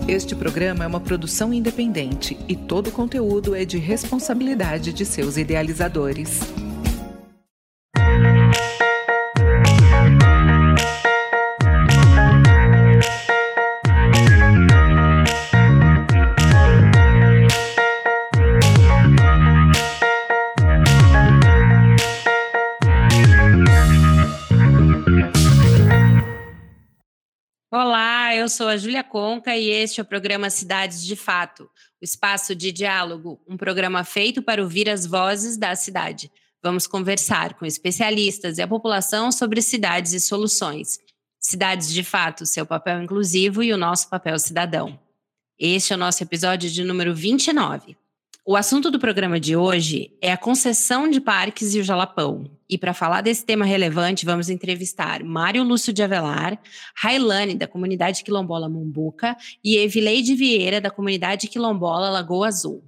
Este programa é uma produção independente e todo o conteúdo é de responsabilidade de seus idealizadores. Olá, eu sou a Júlia Conca e este é o programa Cidades de Fato, o espaço de diálogo, um programa feito para ouvir as vozes da cidade. Vamos conversar com especialistas e a população sobre cidades e soluções. Cidades de Fato, seu papel inclusivo e o nosso papel cidadão. Este é o nosso episódio de número 29. O assunto do programa de hoje é a concessão de parques e o Jalapão. E para falar desse tema relevante, vamos entrevistar Mário Lúcio de Avelar, Railane, da comunidade quilombola Mumbuca, e Evileide Vieira, da comunidade quilombola Lagoa Azul.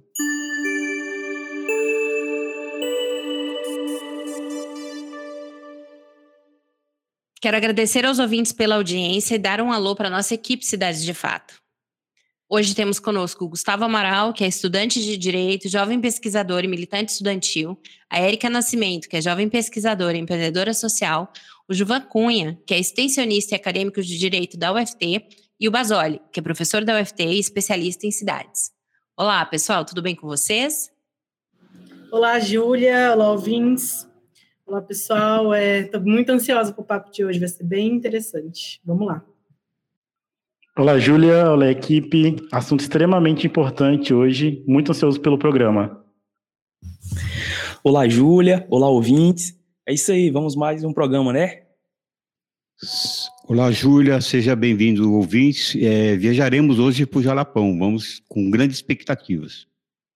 Quero agradecer aos ouvintes pela audiência e dar um alô para a nossa equipe Cidades de Fato. Hoje temos conosco o Gustavo Amaral, que é estudante de Direito, jovem pesquisador e militante estudantil, a Érica Nascimento, que é jovem pesquisadora e empreendedora social, o Juvan Cunha, que é extensionista e acadêmico de Direito da UFT, e o Basoli, que é professor da UFT e especialista em cidades. Olá, pessoal, tudo bem com vocês? Olá, Júlia. Olá, ouvintes. Olá, pessoal. Estou muito ansiosa para o papo de hoje, vai ser bem interessante. Vamos lá. Olá, Júlia. Olá, equipe. Assunto extremamente importante hoje. Muito ansioso pelo programa. Olá, Júlia. Olá, ouvintes. É isso aí, vamos mais um programa, né? Olá, Júlia. Seja bem-vindo, ouvintes. Viajaremos hoje para o Jalapão. Vamos com grandes expectativas.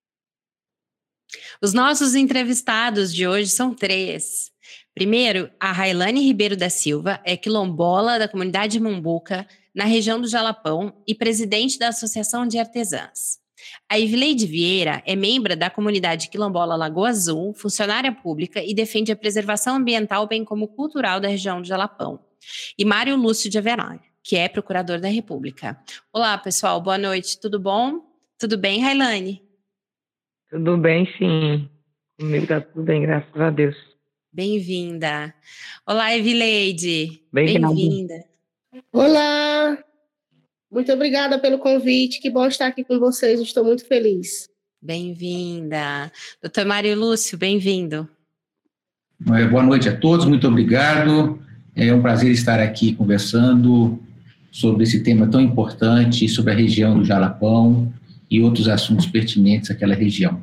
Os nossos entrevistados de hoje são 3. Primeiro, a Railane Ribeiro da Silva é quilombola da comunidade Mumbuca, na região do Jalapão, e presidente da Associação de Artesãs. A Evileide Vieira é membro da comunidade quilombola Lagoa Azul, funcionária pública e defende a preservação ambiental bem como cultural da região do Jalapão. E Mário Lúcio de Avelar, que é procurador da República. Olá, pessoal, boa noite, tudo bom? Tudo bem, Railane? Tudo bem, sim. Comigo tá tudo bem, graças a Deus. Bem-vinda. Olá, Evileide. Bem-vinda. Bem-vinda. Olá, muito obrigada pelo convite, que bom estar aqui com vocês, estou muito feliz. Bem-vinda. Doutor Mário Lúcio, bem-vindo. Boa noite a todos, muito obrigado. É um prazer estar aqui conversando sobre esse tema tão importante, sobre a região do Jalapão e outros assuntos pertinentes àquela região.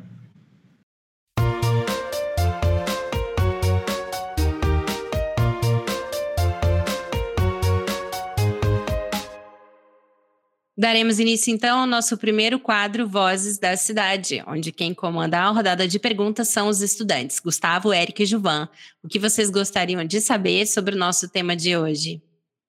Daremos início, então, ao nosso primeiro quadro, Vozes da Cidade, onde quem comanda a rodada de perguntas são os estudantes, Gustavo, Érica e Juvan. O que vocês gostariam de saber sobre o nosso tema de hoje?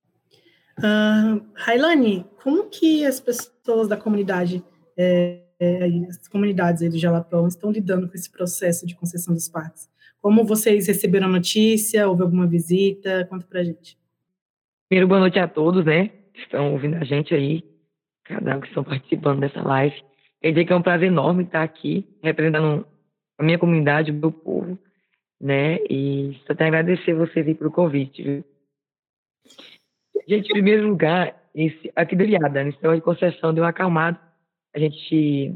Railane, como que as pessoas da comunidade, as comunidades aí do Jalapão estão lidando com esse processo de concessão dos parques? Como vocês receberam a notícia? Houve alguma visita? Conta pra gente. Primeiro, boa noite a todos, né, que estão ouvindo a gente aí, cada um que estão participando dessa live. Quer dizer que é um prazer enorme estar aqui, representando a minha comunidade, o meu povo, né, e só tenho a agradecer vocês aí pelo convite, viu? Gente, em primeiro lugar, aqui do Ilhada, nesse negócio de concessão deu uma acalmada. Esses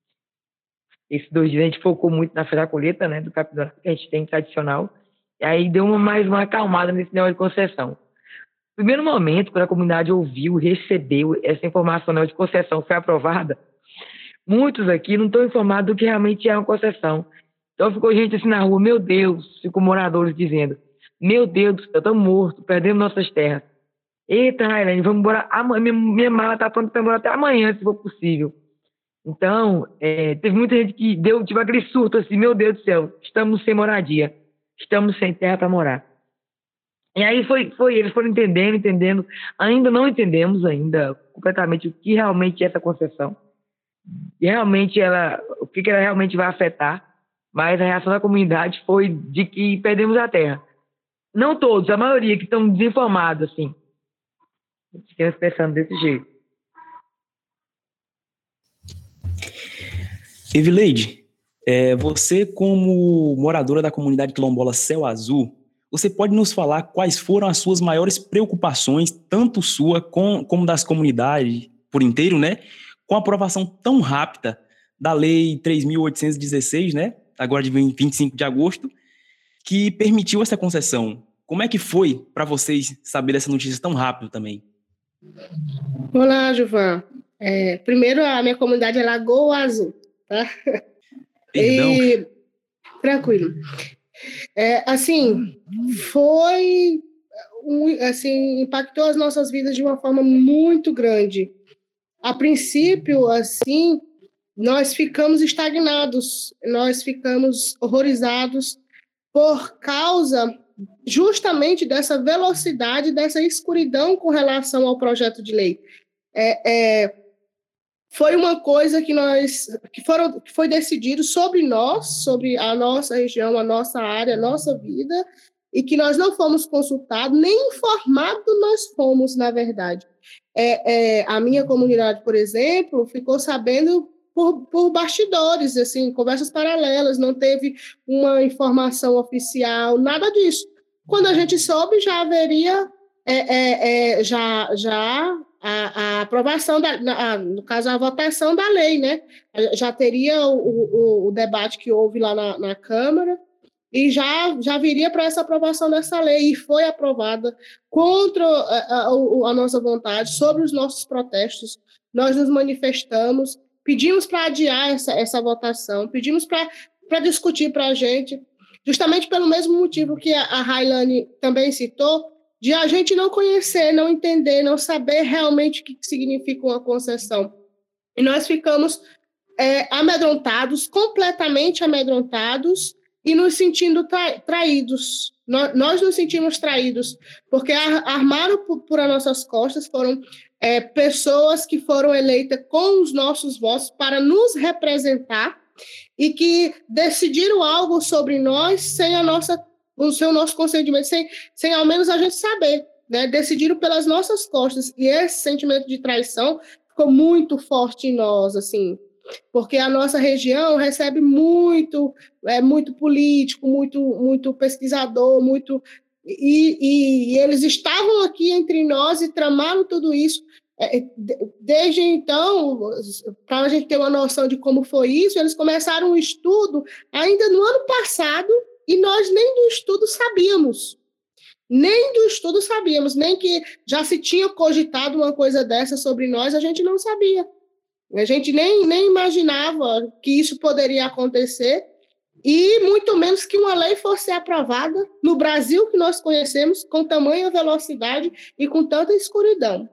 2 dias a gente focou muito na Feira da Colheita, né, do Capitão, que a gente tem tradicional, e aí deu mais uma acalmada nesse negócio de concessão. No primeiro momento, quando a comunidade ouviu, recebeu essa informação, né, de concessão foi aprovada, muitos aqui não estão informados do que realmente é uma concessão. Então ficou gente assim na rua, meu Deus, ficou moradores dizendo, meu Deus, estamos mortos, perdemos nossas terras. Eita, Railane, vamos embora amanhã, minha mala está pronta para embora até amanhã, se for possível. Então, teve muita gente que tive aquele surto assim, meu Deus do céu, estamos sem moradia, estamos sem terra para morar. E aí eles foram entendendo, ainda não entendemos completamente o que realmente é essa concessão, e realmente o que ela realmente vai afetar, mas a reação da comunidade foi de que perdemos a terra. Não todos, a maioria que estão desinformados, assim. Ficamos pensando desse jeito. Evileide, você como moradora da comunidade quilombola Céu Azul, você pode nos falar quais foram as suas maiores preocupações, tanto sua como das comunidades por inteiro, né, com a aprovação tão rápida da Lei 3.816, né, agora de 25 de agosto, que permitiu essa concessão? Como é que foi para vocês saber dessa notícia tão rápido também? Olá, Gilvan. Primeiro, a minha comunidade é Lagoa Azul, tá? Perdão. Tranquilo. Foi... impactou as nossas vidas de uma forma muito grande. A princípio, nós ficamos estagnados, nós ficamos horrorizados por causa justamente dessa velocidade, dessa escuridão com relação ao projeto de lei. Foi uma coisa que foi decidido sobre nós, sobre a nossa região, a nossa área, a nossa vida, e que nós não fomos consultados, nem informados nós fomos, na verdade. A minha comunidade, por exemplo, ficou sabendo por bastidores, conversas paralelas, não teve uma informação oficial, nada disso. Quando a gente soube, já haveria a aprovação, no caso, a votação da lei, né? Já teria o debate que houve lá na Câmara, e já viria para essa aprovação dessa lei, e foi aprovada contra a nossa vontade, sobre os nossos protestos. Nós nos manifestamos, pedimos para adiar essa votação, pedimos para discutir para a gente, justamente pelo mesmo motivo que a Railane também citou, de a gente não conhecer, não entender, não saber realmente o que significa uma concessão. E nós ficamos amedrontados, completamente amedrontados, e nos sentindo traídos. Nós nos sentimos traídos, porque armaram por as nossas costas, foram pessoas que foram eleitas com os nossos votos para nos representar e que decidiram algo sobre nós sem o nosso consentimento, sem ao menos a gente saber, né? Decidiram pelas nossas costas, e esse sentimento de traição ficou muito forte em nós, porque a nossa região recebe muito político, muito pesquisador, e eles estavam aqui entre nós e tramaram tudo isso. Desde então, para a gente ter uma noção de como foi isso, eles começaram um estudo ainda no ano passado, e nós nem do estudo sabíamos, nem que já se tinha cogitado uma coisa dessa sobre nós, a gente não sabia. A gente nem imaginava que isso poderia acontecer, e muito menos que uma lei fosse aprovada no Brasil que nós conhecemos, com tamanha velocidade e com tanta escuridão.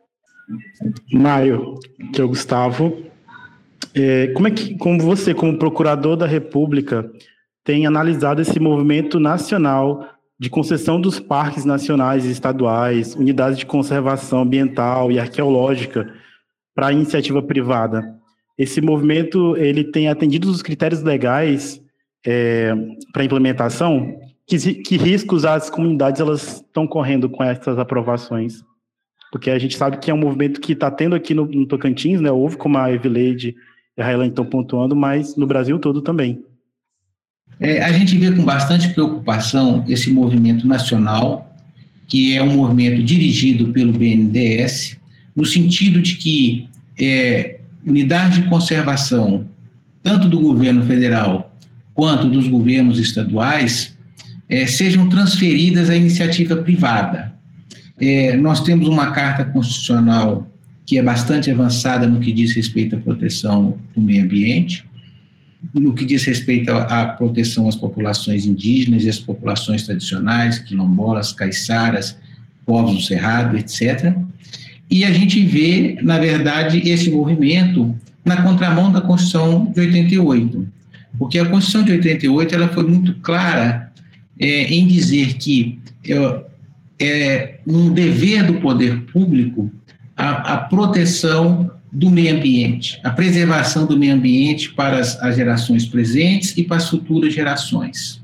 Mário, que é o Gustavo, como você, como procurador da República, tem analisado esse movimento nacional de concessão dos parques nacionais e estaduais, unidades de conservação ambiental e arqueológica para a iniciativa privada? Esse movimento ele tem atendido os critérios legais para implementação? Que riscos as comunidades elas estão correndo com essas aprovações? Porque a gente sabe que é um movimento que está tendo aqui no Tocantins, né? Houve, como a Evileide e a Railane estão pontuando, mas no Brasil todo também. A gente vê com bastante preocupação esse movimento nacional, que é um movimento dirigido pelo BNDES, no sentido de que unidades de conservação, tanto do governo federal quanto dos governos estaduais, sejam transferidas à iniciativa privada. Nós temos uma Carta Constitucional que é bastante avançada no que diz respeito à proteção do meio ambiente, no que diz respeito à proteção às populações indígenas e às populações tradicionais, quilombolas, caiçaras, povos do Cerrado, etc. E a gente vê, na verdade, esse movimento na contramão da Constituição de 88, porque a Constituição de 88 ela foi muito clara em dizer que é um dever do poder público a proteção do meio ambiente, a preservação do meio ambiente para as gerações presentes e para as futuras gerações.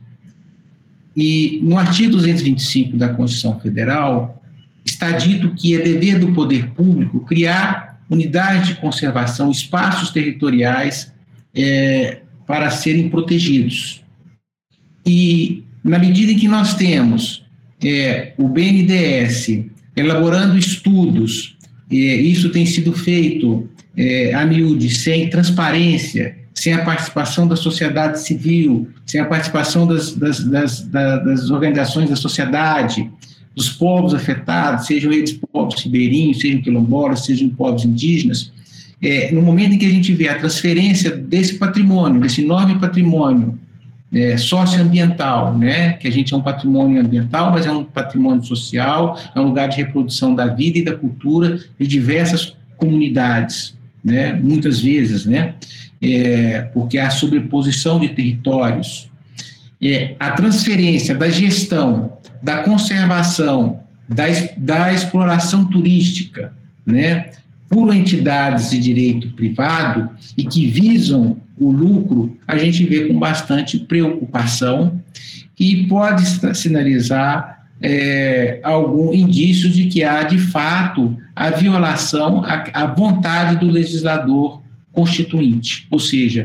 E no artigo 225 da Constituição Federal está dito que é dever do poder público criar unidades de conservação, espaços territoriais para serem protegidos. E, na medida em que nós temos o BNDES elaborando estudos, isso tem sido feito a miúde, sem transparência, sem a participação da sociedade civil, sem a participação das organizações da sociedade, dos povos afetados, sejam eles povos ribeirinhos, sejam quilombolas, sejam povos indígenas. No momento em que a gente vê a transferência desse patrimônio, desse enorme patrimônio socioambiental, né, que a gente é um patrimônio ambiental, mas é um patrimônio social, é um lugar de reprodução da vida e da cultura de diversas comunidades, né, muitas vezes, né, porque há sobreposição de territórios. A transferência da gestão, da conservação, da exploração turística, né, por entidades de direito privado e que visam o lucro, a gente vê com bastante preocupação e pode sinalizar algum indício de que há, de fato, a violação à vontade do legislador constituinte, ou seja,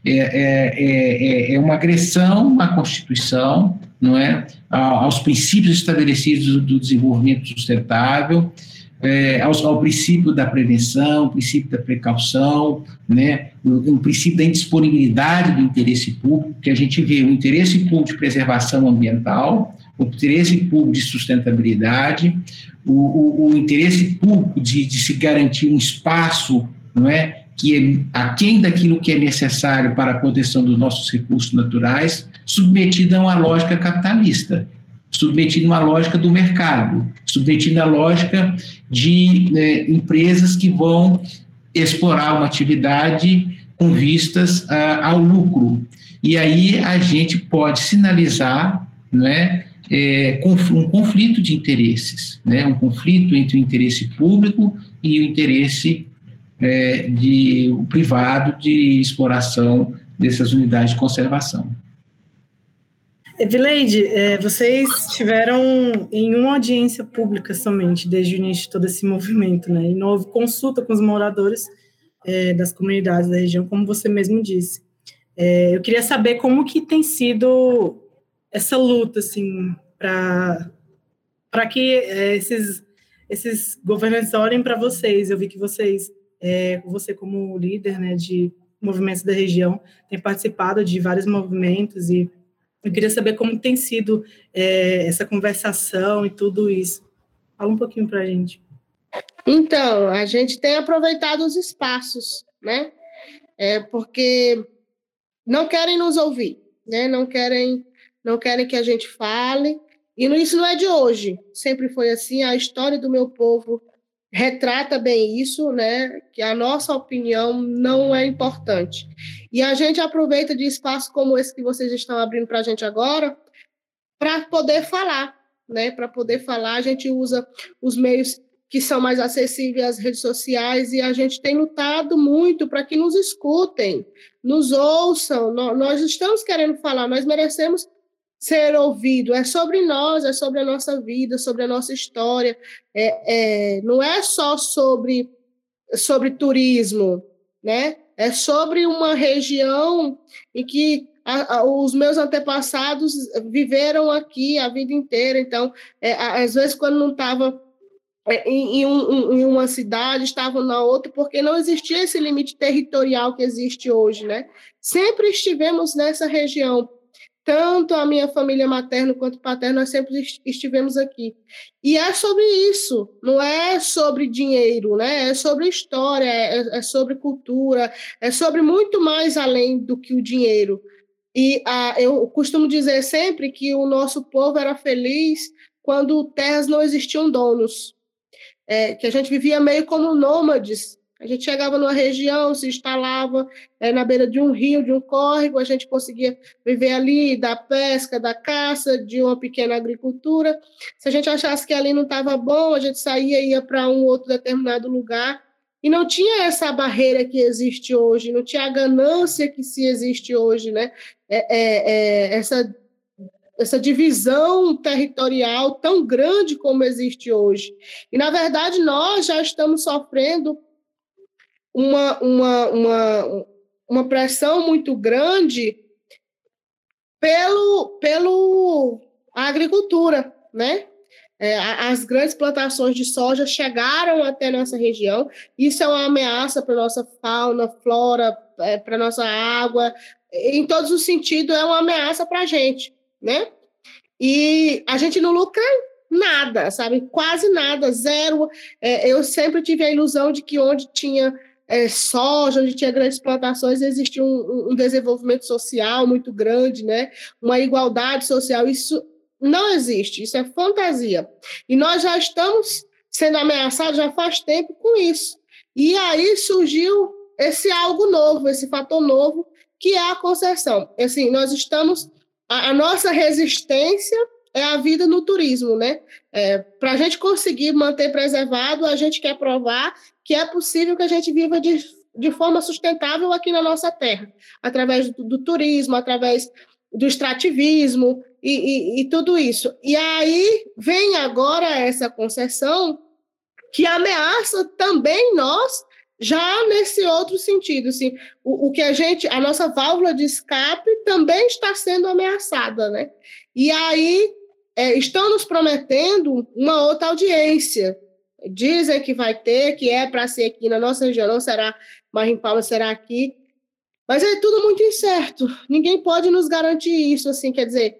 é uma agressão à Constituição, não é, aos princípios estabelecidos do desenvolvimento sustentável, ao princípio da prevenção, o princípio da precaução, né, o princípio da indisponibilidade do interesse público, que a gente vê o interesse público de preservação ambiental, o interesse público de sustentabilidade, o interesse público de se garantir um espaço, não é, que é aquém daquilo que é necessário para a proteção dos nossos recursos naturais, submetido a uma lógica capitalista, submetido a uma lógica do mercado, submetido à lógica de empresas que vão explorar uma atividade com vistas ao lucro. E aí a gente pode sinalizar, não é, um conflito de interesses, né, um conflito entre o interesse público e o interesse o privado de exploração dessas unidades de conservação. Evileide, vocês estiveram em uma audiência pública somente desde o início de todo esse movimento, né? E não houve consulta com os moradores das comunidades da região, como você mesmo disse. Eu queria saber como que tem sido essa luta, assim, para que esses governantes olhem para vocês. Eu vi que você como líder, né, de movimentos da região, tem participado de vários movimentos e eu queria saber como tem sido essa conversação e tudo isso. Fala um pouquinho para a gente. Então, a gente tem aproveitado os espaços, né? Porque não querem nos ouvir, né? Não querem que a gente fale. E isso não é de hoje. Sempre foi assim. A história do meu povo retrata bem isso, né? Que a nossa opinião não é importante. E a gente aproveita de espaços como esse que vocês estão abrindo para a gente agora para poder falar, né? Para poder falar, a gente usa os meios que são mais acessíveis às redes sociais e a gente tem lutado muito para que nos escutem, nos ouçam. Nós estamos querendo falar, nós merecemos ser ouvido, é sobre nós, é sobre a nossa vida, sobre a nossa história, não é só sobre turismo, né? É sobre uma região em que os meus antepassados viveram aqui a vida inteira, então, às vezes, quando não estava em uma cidade, estavam na outra, porque não existia esse limite territorial que existe hoje, né? Sempre estivemos nessa região. Tanto a minha família materna quanto paterna, nós sempre estivemos aqui. E é sobre isso, não é sobre dinheiro, né? É sobre história, é sobre cultura, é sobre muito mais além do que o dinheiro. E eu costumo dizer sempre que o nosso povo era feliz quando terras não existiam donos, que a gente vivia meio como nômades. A gente chegava numa região, se instalava na beira de um rio, de um córrego, a gente conseguia viver ali da pesca, da caça, de uma pequena agricultura. Se a gente achasse que ali não estava bom, a gente saía e ia para um outro determinado lugar. E não tinha essa barreira que existe hoje, não tinha a ganância que se existe hoje, né? Essa divisão territorial tão grande como existe hoje. E, na verdade, nós já estamos sofrendo uma pressão muito grande pela agricultura, né? As grandes plantações de soja chegaram até nossa região. Isso é uma ameaça para a nossa fauna, flora, para a nossa água. Em todos os sentidos, é uma ameaça para a gente, né? E a gente não lucra nada, sabe? Quase nada, zero. Eu sempre tive a ilusão de que onde tinha soja, onde tinha grandes plantações, existia um desenvolvimento social muito grande, né? Uma igualdade social. Isso não existe, isso é fantasia. E nós já estamos sendo ameaçados já faz tempo com isso. E aí surgiu esse algo novo, esse fator novo, que é a concessão. Assim, nós estamos... A nossa resistência é a vida no turismo, né? Para a gente conseguir manter preservado, a gente quer provar que é possível que a gente viva de forma sustentável aqui na nossa terra, através do turismo, através do extrativismo e tudo isso. E aí vem agora essa concessão que ameaça também nós, já nesse outro sentido, assim, a nossa válvula de escape também está sendo ameaçada, né? E aí estão nos prometendo uma outra audiência. Dizem que vai ter, que é para ser aqui na nossa região, não será mais em Palmas, será aqui. Mas é tudo muito incerto. Ninguém pode nos garantir isso, assim, quer dizer,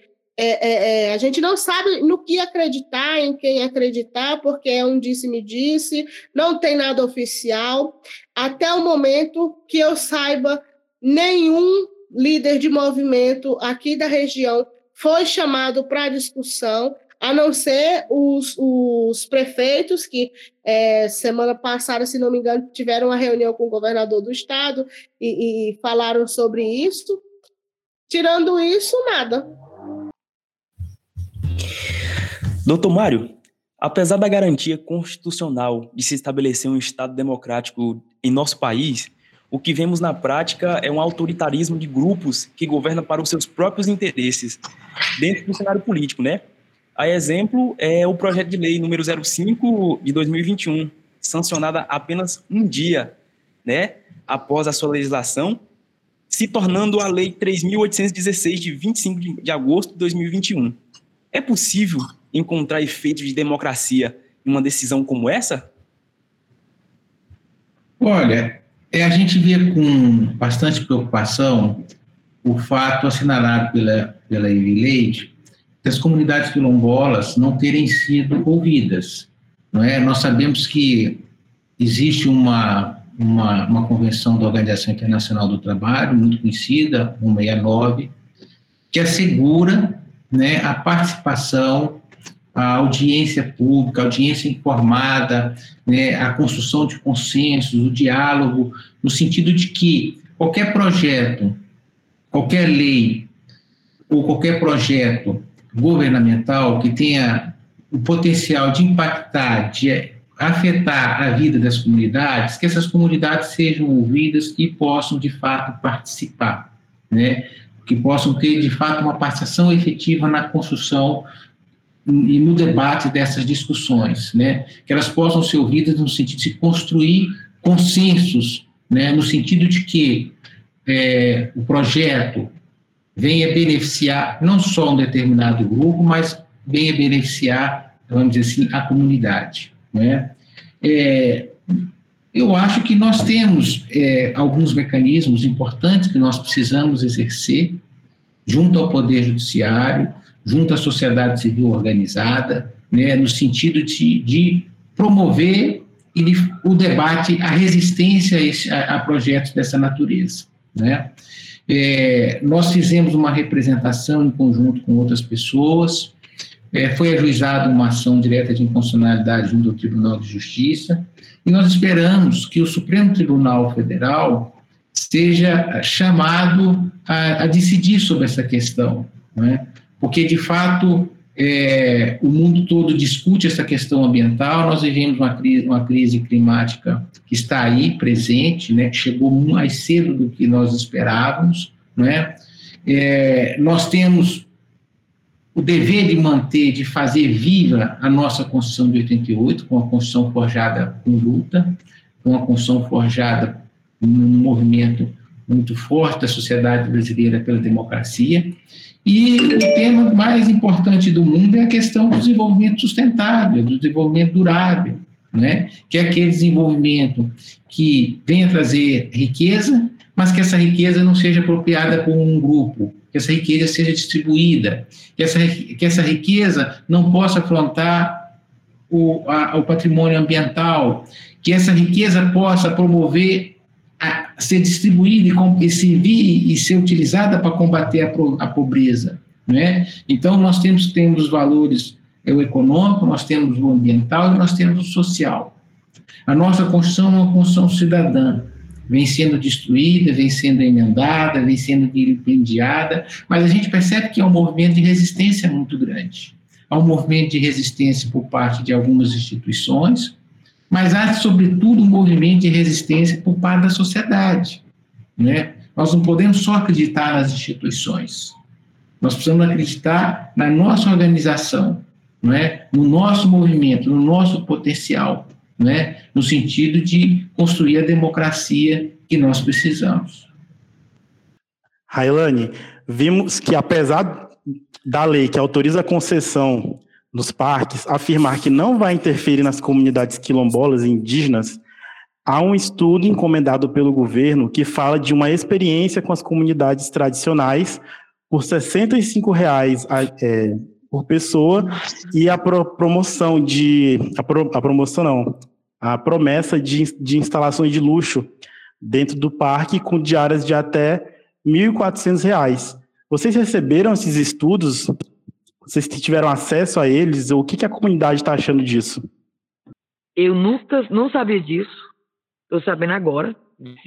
a gente não sabe no que acreditar, em quem acreditar, porque é um disse-me-disse, não tem nada oficial. Até o momento que eu saiba, nenhum líder de movimento aqui da região foi chamado para discussão, a não ser os prefeitos que, semana passada, se não me engano, tiveram uma reunião com o governador do estado e falaram sobre isso. Tirando isso, nada. Doutor Mário, apesar da garantia constitucional de se estabelecer um Estado democrático em nosso país, o que vemos na prática é um autoritarismo de grupos que governam para os seus próprios interesses dentro do cenário político, né? A exemplo é o projeto de lei número 05 de 2021, sancionada apenas um dia, né, após a sua legislação, se tornando a Lei 3.816 de 25 de agosto de 2021. É possível encontrar efeitos de democracia em uma decisão como essa? Olha, a gente vê com bastante preocupação o fato assinalado pela Evileide das comunidades quilombolas não terem sido ouvidas. Não é? Nós sabemos que existe uma convenção da Organização Internacional do Trabalho, muito conhecida, 169, que assegura, né, a participação, a audiência pública, a audiência informada, né, a construção de consensos, o diálogo, no sentido de que qualquer projeto, qualquer lei ou qualquer projeto governamental que tenha o potencial de impactar, de afetar a vida das comunidades, que essas comunidades sejam ouvidas e possam, de fato, participar, né? Que possam ter, de fato, uma participação efetiva na construção e no debate dessas discussões, né? Que elas possam ser ouvidas no sentido de construir consensos, né? No sentido de que o projeto venha beneficiar não só um determinado grupo, mas venha beneficiar, vamos dizer assim, a comunidade, né? Eu acho que nós temos alguns mecanismos importantes que nós precisamos exercer junto ao Poder Judiciário, junto à sociedade civil organizada, né, no sentido de promover o debate, a resistência a projetos dessa natureza, né? Nós fizemos uma representação em conjunto com outras pessoas, foi ajuizada uma ação direta de inconstitucionalidade junto ao Tribunal de Justiça, e nós esperamos que o Supremo Tribunal Federal seja chamado a decidir sobre essa questão, né? Porque, de fato, o mundo todo discute essa questão ambiental, nós vivemos uma crise climática que está aí, presente, né, que chegou mais cedo do que nós esperávamos, né? Nós temos o dever de manter, de fazer viva a nossa Constituição de 88, com a Constituição forjada com luta, com a Constituição forjada num movimento muito forte da sociedade brasileira pela democracia. E o tema mais importante do mundo é a questão do desenvolvimento sustentável, do desenvolvimento durável, né? Que é aquele desenvolvimento que venha trazer riqueza, mas que essa riqueza não seja apropriada por um grupo, que essa riqueza seja distribuída, que essa riqueza não possa afrontar o patrimônio ambiental, que essa riqueza possa promover a ser distribuída e servir e ser utilizada para combater a pobreza, né? Então, nós temos os valores, o econômico, nós temos o ambiental e nós temos o social. A nossa Constituição é uma Constituição cidadã, vem sendo destruída, vem sendo emendada, vem sendo vilipendiada, mas a gente percebe que é um movimento de resistência muito grande. Há um movimento de resistência por parte de algumas instituições, mas há, sobretudo, um movimento de resistência por parte da sociedade, né? Nós não podemos só acreditar nas instituições, nós precisamos acreditar na nossa organização, não é? No nosso movimento, no nosso potencial, não é? No sentido de construir a democracia que nós precisamos. Railane, vimos que, apesar da lei que autoriza a concessão nos parques afirmar que não vai interferir nas comunidades quilombolas e indígenas, há um estudo encomendado pelo governo que fala de uma experiência com as comunidades tradicionais por R$ 65 por pessoa e a promessa de instalações de luxo dentro do parque com diárias de até R$ 1.400. Vocês receberam esses estudos? Vocês tiveram acesso a eles? O que a comunidade está achando disso? Eu não sabia disso. Estou sabendo agora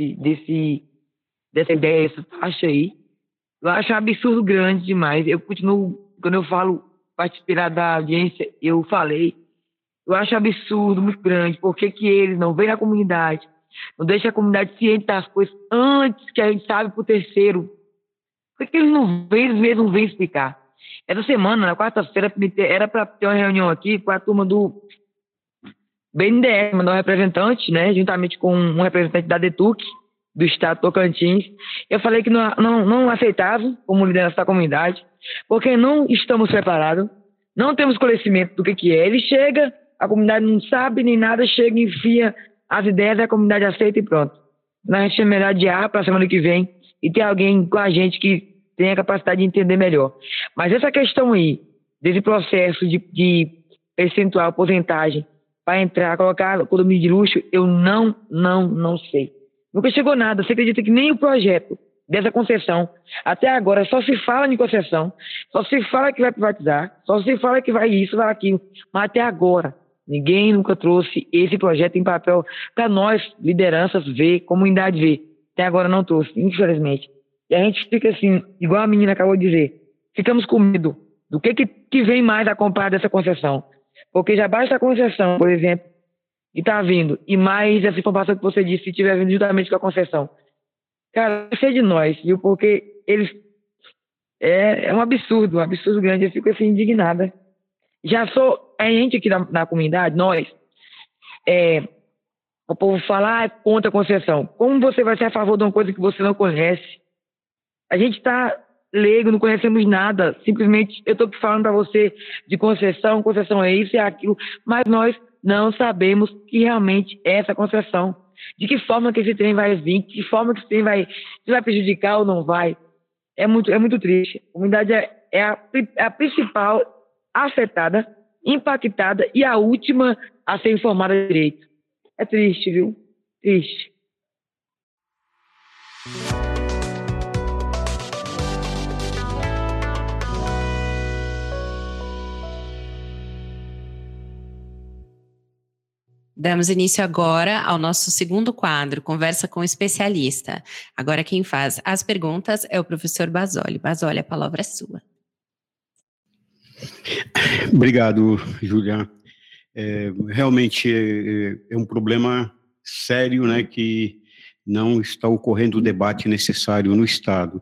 dessa ideia, essa taxa aí. Eu acho um absurdo grande demais. Eu continuo, quando eu falo participar da audiência, eu falei, eu acho um absurdo muito grande. Por que eles não vêm na comunidade? Não deixam a comunidade ciente das coisas antes que a gente sabe por terceiro. Por que eles não vêm, eles mesmos não vêm explicar? Essa semana, na quarta-feira, era para ter uma reunião aqui com a turma do BNDES, mandou um representante, né, juntamente com um representante da DETUC, do estado de Tocantins. Eu falei que não aceitava como liderança da comunidade, porque não estamos preparados, não temos conhecimento do que é. Ele chega, a comunidade não sabe nem nada, chega, enfia as ideias, a comunidade aceita e pronto. A gente é melhor adiar para a semana que vem e ter alguém com a gente que tem a capacidade de entender melhor. Mas essa questão aí, desse processo de percentual, porcentagem, para entrar, colocar condomínio de luxo, eu não sei. Nunca chegou nada. Você acredita que nem o projeto dessa concessão, até agora, só se fala em concessão, só se fala que vai privatizar, só se fala que vai isso, vai aquilo. Mas até agora, ninguém nunca trouxe esse projeto em papel para nós, lideranças, ver, comunidade ver. Até agora não trouxe, infelizmente. E a gente fica assim, igual a menina acabou de dizer, ficamos com medo do que vem mais a comprar dessa concessão. Porque já basta a concessão, por exemplo, que está vindo, e mais essa informação que você disse, se estiver vindo juntamente com a concessão. Cara, vai ser de nós, viu? Porque eles... É um absurdo grande, eu fico assim, indignada. A gente aqui na comunidade, nós, o povo fala, é contra a concessão. Como você vai ser a favor de uma coisa que você não conhece? A gente está leigo, não conhecemos nada. Simplesmente, eu estou falando para você de concessão é isso, é aquilo, mas nós não sabemos que realmente é essa concessão. De que forma que esse trem vai vir, de que forma que esse trem vai prejudicar ou não vai. É muito triste. A comunidade é a principal afetada, impactada e a última a ser informada direito. É triste, viu? Triste. Damos início agora ao nosso segundo quadro, Conversa com o Especialista. Agora quem faz as perguntas é o professor Basoli. Basoli, a palavra é sua. Obrigado, Júlia. Realmente é um problema sério, né, que não está ocorrendo o debate necessário no Estado.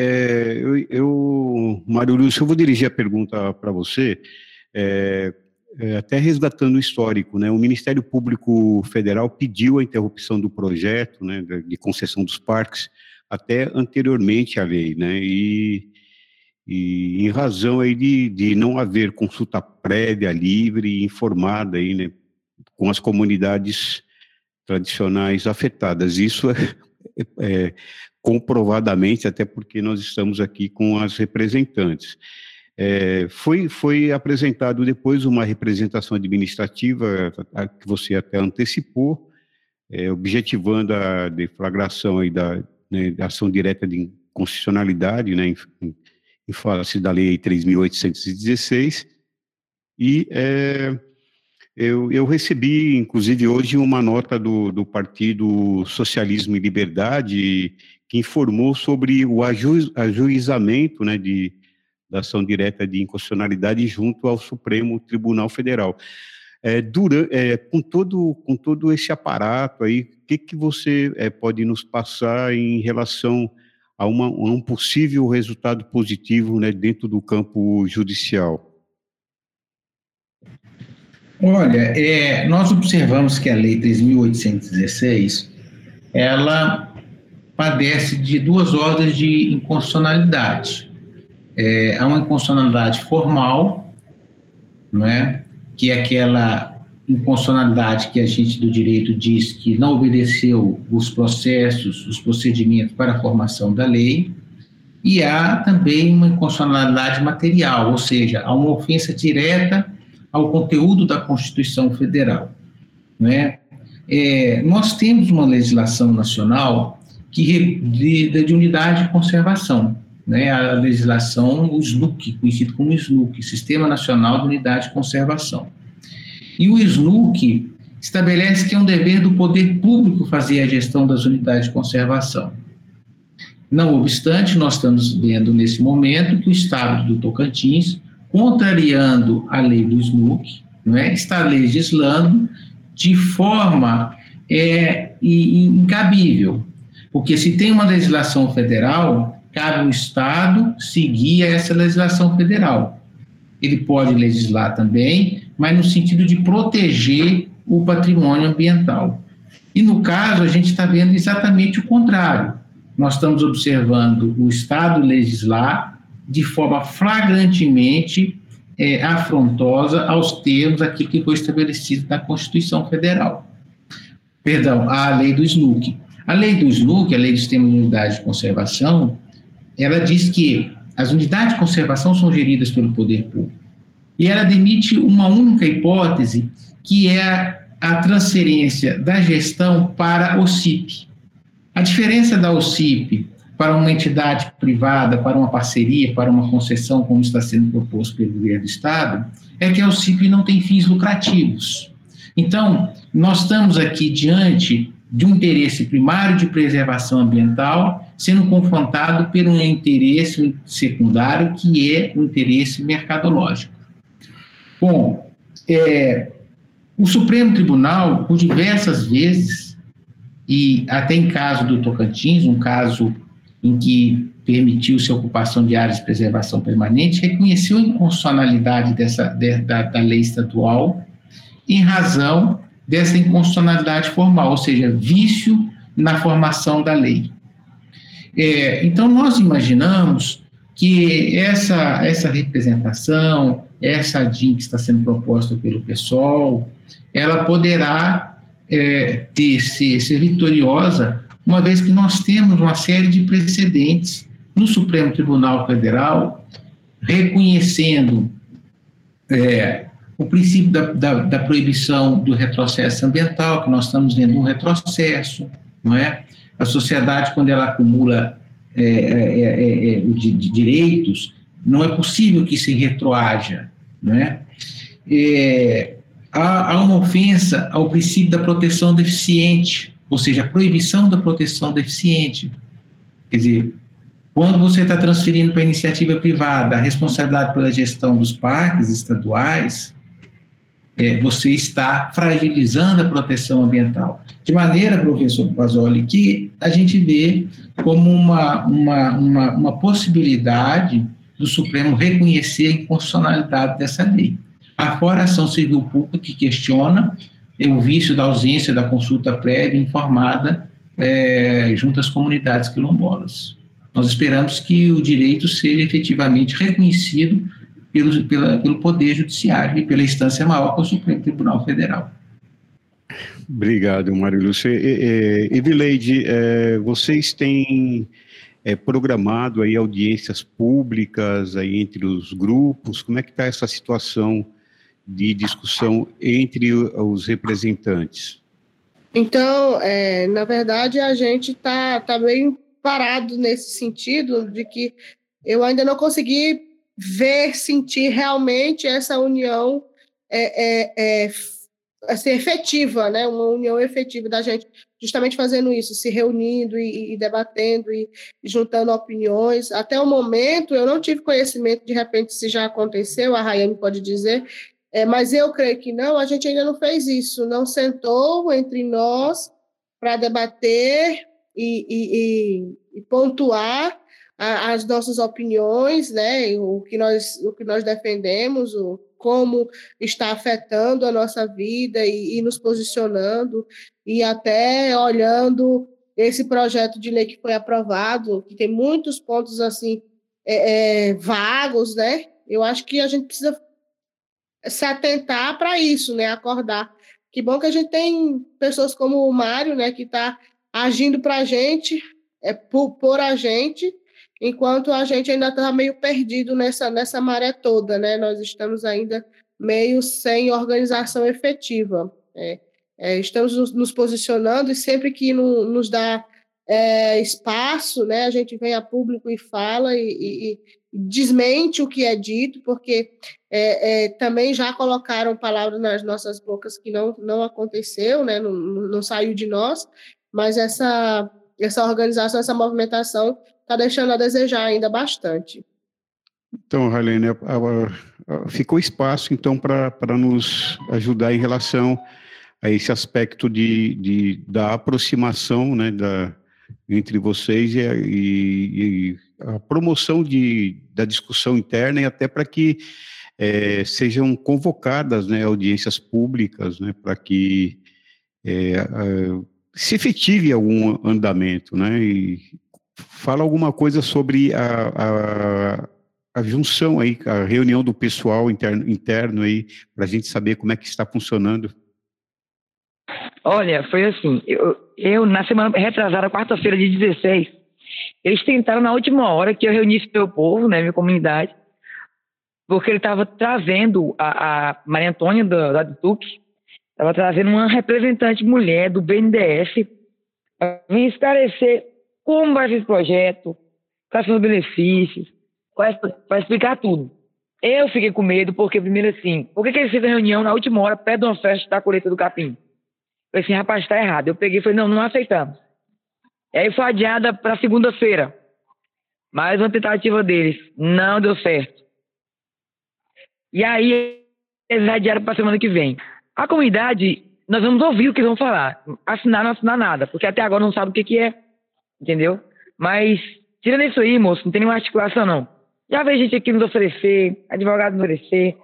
Mário Lúcio, eu vou dirigir a pergunta para você. até resgatando o histórico, né, o Ministério Público Federal pediu a interrupção do projeto, né, de concessão dos parques até anteriormente à lei, né, e em razão aí de não haver consulta prévia, livre e informada aí, né, com as comunidades tradicionais afetadas. Isso é comprovadamente, até porque nós estamos aqui com as representantes. Foi apresentado depois uma representação administrativa, que você até antecipou, objetivando a deflagração aí da ação direta de inconstitucionalidade, né, em face da Lei 3.816, e eu recebi, inclusive, hoje uma nota do Partido Socialismo e Liberdade, que informou sobre o ajuizamento, né, da ação direta de inconstitucionalidade junto ao Supremo Tribunal Federal. Com todo esse aparato aí, o que você pode nos passar em relação a um possível resultado positivo, né, dentro do campo judicial? Olha, nós observamos que a Lei 3.816, ela padece de duas ordens de inconstitucionalidade. Há uma inconstitucionalidade formal, não é? Que é aquela inconstitucionalidade que a gente do direito diz que não obedeceu os processos, os procedimentos para a formação da lei, e há também uma inconstitucionalidade material, ou seja, há uma ofensa direta ao conteúdo da Constituição Federal, não é? Nós temos uma legislação nacional que de unidade de conservação, né? A legislação, o SNUC, conhecido como SNUC, Sistema Nacional de Unidade de Conservação. E o SNUC estabelece que é um dever do poder público fazer a gestão das unidades de conservação. Não obstante, nós estamos vendo nesse momento que o Estado do Tocantins, contrariando a lei do SNUC, não é, está legislando de forma incabível, porque se tem uma legislação federal, cabe ao Estado seguir essa legislação federal. Ele pode legislar também, mas no sentido de proteger o patrimônio ambiental. E no caso, a gente está vendo exatamente o contrário. Nós estamos observando o Estado legislar de forma flagrantemente afrontosa aos termos daquilo que foi estabelecido na Constituição Federal. Perdão, a lei do SNUC. A lei do SNUC, a Lei do Sistema de Unidade de Conservação, ela diz que as unidades de conservação são geridas pelo poder público. E ela demite uma única hipótese, que é a transferência da gestão para o CIP. A diferença da OCIP para uma entidade privada, para uma parceria, para uma concessão, como está sendo proposto pelo governo do Estado, é que a OCIP não tem fins lucrativos. Então, nós estamos aqui diante de um interesse primário de preservação ambiental sendo confrontado por um interesse secundário, que é o interesse mercadológico. Bom, o Supremo Tribunal, por diversas vezes, e até em caso do Tocantins, um caso em que permitiu-se a ocupação de áreas de preservação permanente, reconheceu a inconstitucionalidade da lei estadual em razão dessa inconstitucionalidade formal, ou seja, vício na formação da lei. Então, nós imaginamos que essa representação, essa ADIM que está sendo proposta pelo PSOL, ela poderá ser vitoriosa, uma vez que nós temos uma série de precedentes no Supremo Tribunal Federal, reconhecendo o princípio da proibição do retrocesso ambiental, que nós estamos vendo um retrocesso, não é? A sociedade, quando ela acumula direitos, não é possível que se retroaja, não é? Há uma ofensa ao princípio da proteção deficiente, ou seja, a proibição da proteção deficiente. Quer dizer, quando você está transferindo para a iniciativa privada a responsabilidade pela gestão dos parques estaduais, você está fragilizando a proteção ambiental. De maneira, professor Pazzoli, que a gente vê como uma possibilidade do Supremo reconhecer a inconstitucionalidade dessa lei. afora a ação civil pública que questiona o vício da ausência da consulta prévia informada junto às comunidades quilombolas. Nós esperamos que o direito seja efetivamente reconhecido pelo Poder Judiciário e pela instância maior, que é o Supremo Tribunal Federal. Obrigado, Mário Lúcio. Evileide, vocês têm programado aí audiências públicas aí entre os grupos? Como é que está essa situação de discussão entre os representantes? Então, na verdade, a gente está bem parado nesse sentido de que eu ainda não consegui sentir realmente essa união assim, efetiva, né? Uma união efetiva da gente justamente fazendo isso, se reunindo e debatendo e juntando opiniões. Até o momento, eu não tive conhecimento, de repente, se já aconteceu, a Rayane pode dizer, mas eu creio que não, a gente ainda não fez isso, não sentou entre nós para debater e pontuar as nossas opiniões, né, o que nós defendemos, como está afetando a nossa vida e nos posicionando, e até olhando esse projeto de lei que foi aprovado, que tem muitos pontos assim vagos, né? Eu acho que a gente precisa se atentar para isso, né? Acordar. Que bom que a gente tem pessoas como o Mário, né, que está agindo para a gente, por a gente, enquanto a gente ainda está meio perdido nessa maré toda, né? Nós estamos ainda meio sem organização efetiva. Estamos nos posicionando e sempre que nos dá espaço, né, a gente vem a público e fala e desmente o que é dito, porque também já colocaram palavras nas nossas bocas que não aconteceu, né, não saiu de nós, mas essa organização, essa movimentação está deixando a desejar ainda bastante. Então, Railene, ficou espaço, então, para nos ajudar em relação a esse aspecto da aproximação, né, entre vocês e a promoção da discussão interna, e até para que sejam convocadas, né, audiências públicas, né, para que se efetive algum andamento, né, e fala alguma coisa sobre a junção aí, a reunião do pessoal interno aí, para a gente saber como é que está funcionando. Olha, foi assim, eu na semana retrasada, quarta-feira de 16, eles tentaram na última hora que eu reunisse meu povo, né, minha comunidade, porque ele estava trazendo a Maria Antônia da DTUC, estava trazendo uma representante mulher do BNDES para vir esclarecer como vai ser esse projeto, quais são os benefícios, vai explicar tudo. Eu fiquei com medo porque, primeiro assim, por que eles fizeram reunião na última hora, perto de uma festa da colheita do capim? Eu falei assim, rapaz, está errado. Eu peguei e falei, não aceitamos. E aí foi adiada para segunda-feira. Mais uma tentativa deles. Não deu certo. E aí eles adiaram para a semana que vem. A comunidade, nós vamos ouvir o que eles vão falar. Assinar, não assinar nada, porque até agora não sabe o que é. Entendeu? Mas, tirando isso aí, moço, não tem nenhuma articulação, não. Já veio gente aqui nos oferecer, advogado nos oferecer,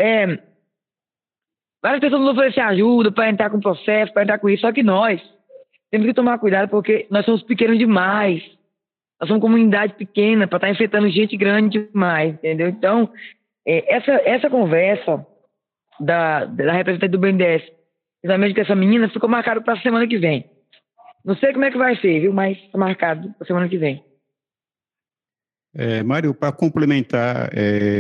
várias pessoas nos oferecem ajuda para entrar com o processo, para entrar com isso, só que nós temos que tomar cuidado porque nós somos pequenos demais. Nós somos comunidade pequena para estar enfrentando gente grande demais, entendeu? Então, essa conversa da representante do BNDES, exatamente com essa menina, ficou marcado para a semana que vem. Não sei como é que vai ser, viu? Mas está marcado para a semana que vem. Mário, para complementar,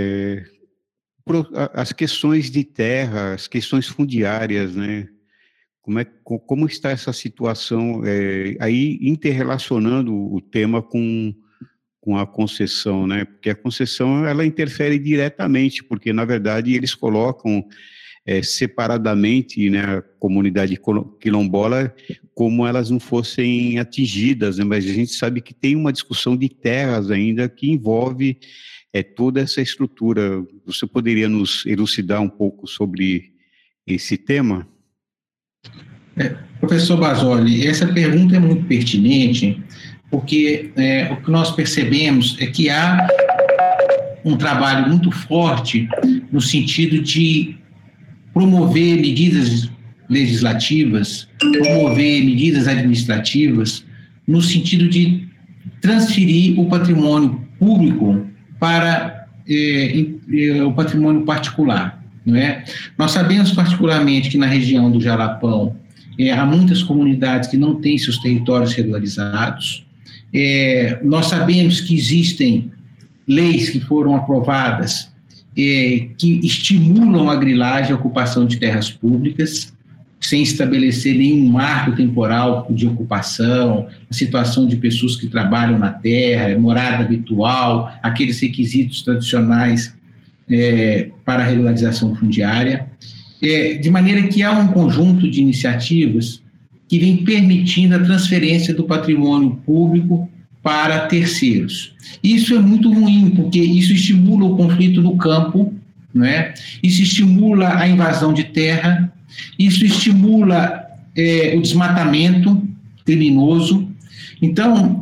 as questões de terra, as questões fundiárias, né? Como está essa situação, aí interrelacionando o tema com a concessão, né? Porque a concessão, ela interfere diretamente, porque, na verdade, eles colocam separadamente, né, a comunidade quilombola como elas não fossem atingidas, né? Mas a gente sabe que tem uma discussão de terras ainda que envolve toda essa estrutura. Você poderia nos elucidar um pouco sobre esse tema? Professor Basoli, essa pergunta é muito pertinente, porque o que nós percebemos é que há um trabalho muito forte no sentido de promover medidas legislativas, promover medidas administrativas, no sentido de transferir o patrimônio público para o patrimônio particular, não é? Nós sabemos particularmente que na região do Jalapão há muitas comunidades que não têm seus territórios regularizados. Nós sabemos que existem leis que foram aprovadas que estimulam a grilagem e a ocupação de terras públicas, sem estabelecer nenhum marco temporal de ocupação, a situação de pessoas que trabalham na terra, morada habitual, aqueles requisitos tradicionais para a regularização fundiária, de maneira que há um conjunto de iniciativas que vem permitindo a transferência do patrimônio público para terceiros. Isso é muito ruim, porque isso estimula o conflito no campo, não é? Isso estimula a invasão de terra, isso estimula o desmatamento criminoso. Então,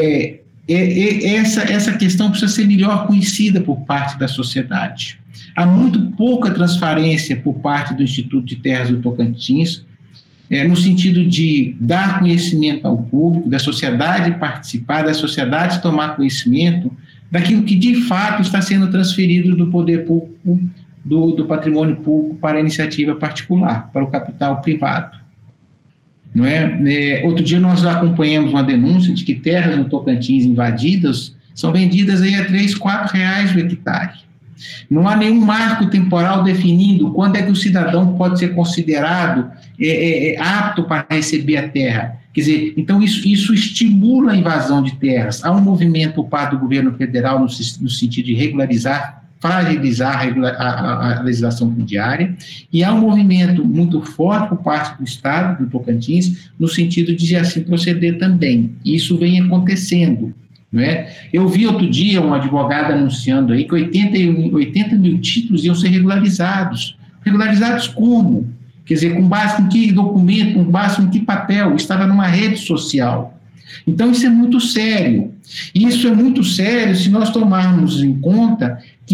essa questão precisa ser melhor conhecida por parte da sociedade. Há muito pouca transparência por parte do Instituto de Terras do Tocantins, no sentido de dar conhecimento ao público, da sociedade participar, da sociedade tomar conhecimento daquilo que de fato está sendo transferido do poder público, do patrimônio público para a iniciativa particular, para o capital privado. Não é? Outro dia nós acompanhamos uma denúncia de que terras no Tocantins invadidas são vendidas aí a R$3, R$4 o hectare. Não há nenhum marco temporal definindo quando é que o cidadão pode ser considerado apto para receber a terra. Quer dizer, então isso estimula a invasão de terras. Há um movimento por parte do governo federal no sentido de regularizar, fragilizar a legislação fundiária, e há um movimento muito forte por parte do Estado, do Tocantins, no sentido de assim proceder também. E isso vem acontecendo. Não é? Eu vi outro dia um advogado anunciando aí que 80 mil títulos iam ser regularizados. Regularizados como? Quer dizer, com base em que documento, com base em que papel? Estava numa rede social. Então, isso é muito sério. Isso é muito sério se nós tomarmos em conta que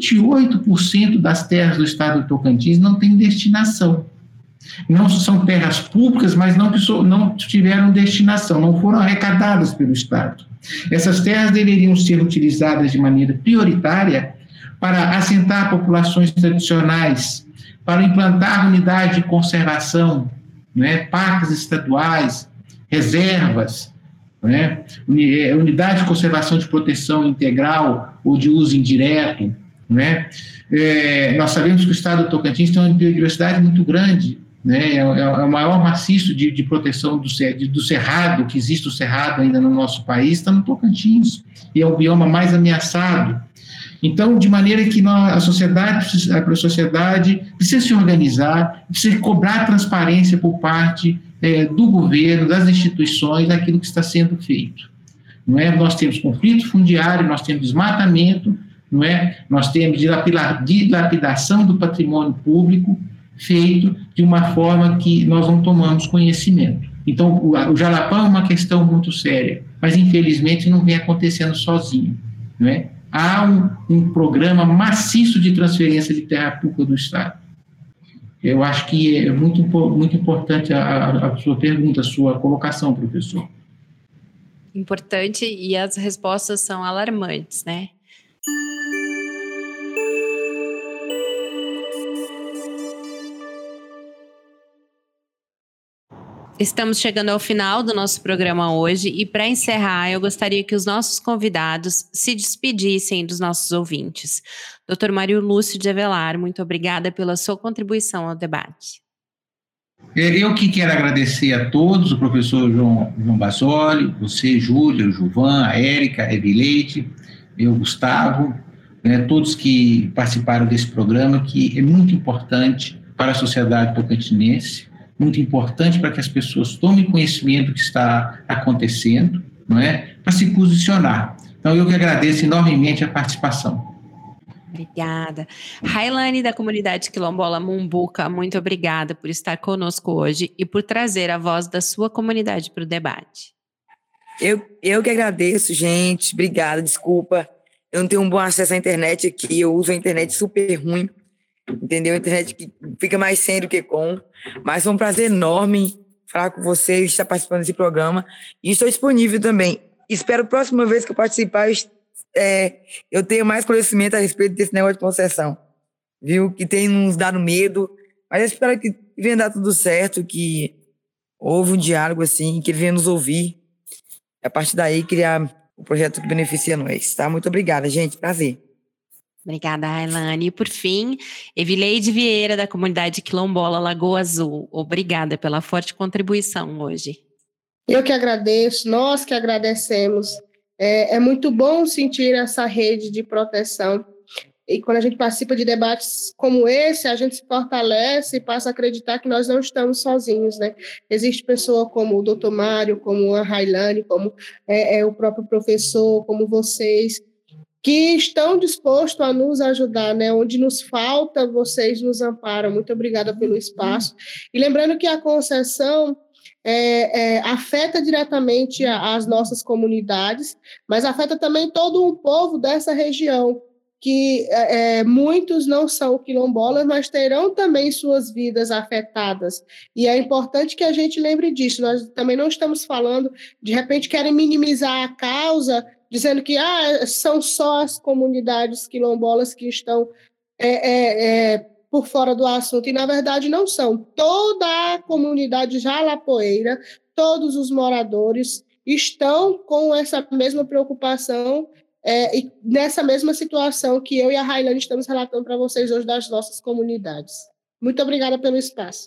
28% das terras do estado do Tocantins não têm destinação. Não são terras públicas, mas não tiveram destinação, não foram arrecadadas pelo Estado. Essas terras deveriam ser utilizadas de maneira prioritária para assentar populações tradicionais, para implantar unidades de conservação, parques estaduais, reservas, unidade de conservação de proteção integral ou de uso indireto. Nós sabemos que o estado do Tocantins tem uma biodiversidade muito grande, é o maior maciço de proteção do cerrado, que existe o cerrado ainda no nosso país, está no Tocantins, e é o bioma mais ameaçado. Então, de maneira que a sociedade precisa se organizar, precisa cobrar transparência por parte do governo, das instituições, daquilo que está sendo feito. Nós temos conflito fundiário, nós temos desmatamento, nós temos dilapidação do patrimônio público, feito de uma forma que nós não tomamos conhecimento. Então, o Jalapão é uma questão muito séria, mas infelizmente não vem acontecendo sozinho. Há um programa maciço de transferência de terra pública do Estado. Eu acho que é muito importante a sua pergunta, a sua colocação, professor. Importante, e as respostas são alarmantes, né? Estamos chegando ao final do nosso programa hoje e, para encerrar, eu gostaria que os nossos convidados se despedissem dos nossos ouvintes. Dr. Mário Lúcio de Avelar, muito obrigada pela sua contribuição ao debate. Eu que quero agradecer a todos, o professor João Bassoli, você, Júlia, o Gilvan, a Érica, a Evileite, eu, Gustavo, todos que participaram desse programa, que é muito importante para a sociedade tocantinense, muito importante para que as pessoas tomem conhecimento do que está acontecendo, para se posicionar. Então, eu que agradeço enormemente a participação. Obrigada. Railane, da comunidade quilombola Mumbuca, muito obrigada por estar conosco hoje e por trazer a voz da sua comunidade para o debate. Eu que agradeço, gente. Obrigada, desculpa. Eu não tenho um bom acesso à internet aqui, eu uso a internet super ruim, entendeu? A internet que fica mais sem do que com. Mas foi um prazer enorme falar com vocês, estar participando desse programa. E estou disponível também. Espero a próxima vez que eu participar, eu tenha mais conhecimento a respeito desse negócio de concessão. Viu? Que tem nos dado medo. Mas eu espero que venha dar tudo certo, que houve um diálogo assim, que ele venha nos ouvir. E a partir daí criar o projeto que beneficia nós. Tá? Muito obrigada, gente. Prazer. Obrigada, Railane. E por fim, Evileide Vieira, da comunidade quilombola Lagoa Azul. Obrigada pela forte contribuição hoje. Eu que agradeço, nós que agradecemos. É muito bom sentir essa rede de proteção. E quando a gente participa de debates como esse, a gente se fortalece e passa a acreditar que nós não estamos sozinhos, né? Existe pessoa como o Dr. Mário, como a Railane, como o próprio professor, como vocês, que estão dispostos a nos ajudar, né? Onde nos falta, vocês nos amparam. Muito obrigada pelo espaço. E lembrando que a concessão afeta diretamente as nossas comunidades, mas afeta também todo o povo dessa região, que muitos não são quilombolas, mas terão também suas vidas afetadas. E é importante que a gente lembre disso. Nós também não estamos falando, de repente querem minimizar a causa, dizendo que são só as comunidades quilombolas que estão por fora do assunto, e na verdade não são. Toda a comunidade jalapoeira, todos os moradores estão com essa mesma preocupação e nessa mesma situação que eu e a Railane estamos relatando para vocês hoje das nossas comunidades. Muito obrigada pelo espaço.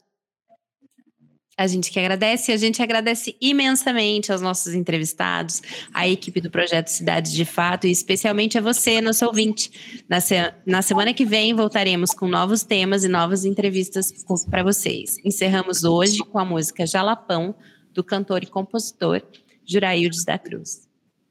A gente que agradece, e a gente agradece imensamente aos nossos entrevistados, à equipe do Projeto Cidades de Fato e especialmente a você, nosso ouvinte. Na semana que vem voltaremos com novos temas e novas entrevistas para vocês. Encerramos hoje com a música Jalapão, do cantor e compositor Juraildes da Cruz.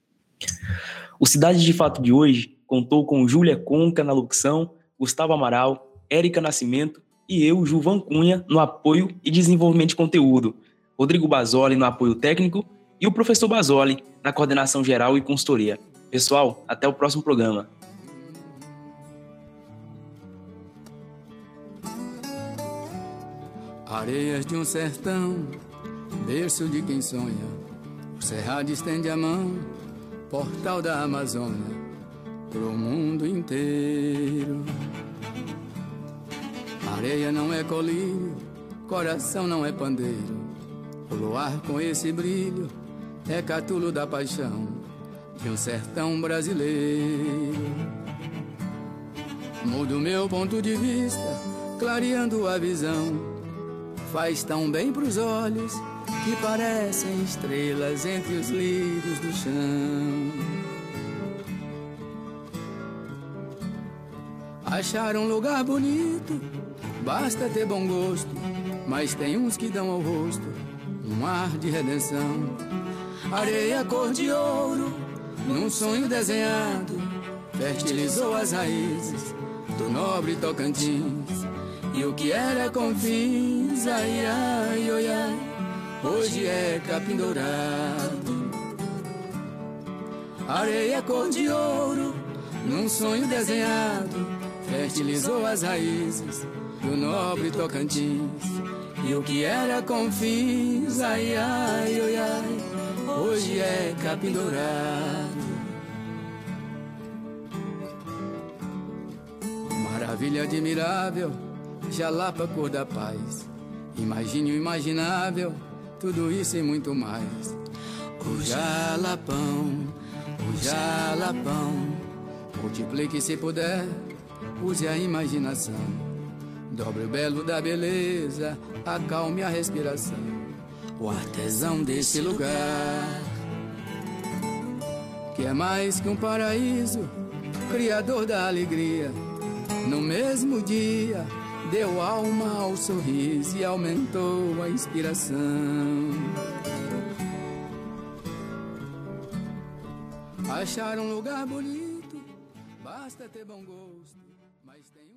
O Cidades de Fato de hoje contou com Júlia Conca na locução, Gustavo Amaral, Érica Nascimento, e eu, Juvan Cunha, no apoio e desenvolvimento de conteúdo, Rodrigo Basoli no apoio técnico e o professor Basoli na coordenação geral e consultoria. Pessoal, até o próximo programa. Areias de um sertão, berço de quem sonha, o cerrado estende a mão, portal da Amazônia, pro mundo inteiro. Areia não é colírio, coração não é pandeiro, o luar com esse brilho é catulo da paixão de um sertão brasileiro. Mudo meu ponto de vista, clareando a visão, faz tão bem pros olhos que parecem estrelas entre os lírios do chão. Achar um lugar bonito, basta ter bom gosto, mas tem uns que dão ao rosto um ar de redenção. Areia cor de ouro, num sonho desenhado, fertilizou as raízes do nobre Tocantins. E o que era Confins, ai, ai, oi, ai, hoje é capim dourado. Areia cor de ouro, num sonho desenhado, fertilizou as raízes do nobre Tocantins. E o que era Confins, ai, ai, oi, ai, hoje é capim dourado. Maravilha admirável, Jalapa cor da paz. Imagine o imaginável, tudo isso e muito mais. O Jalapão, o Jalapão, multiplique se puder, use a imaginação. Dobre o belo da beleza, acalme a respiração. O artesão desse lugar, que é mais que um paraíso, criador da alegria, no mesmo dia deu alma ao sorriso e aumentou a inspiração. Achar um lugar bonito, basta ter bom gosto, mas tem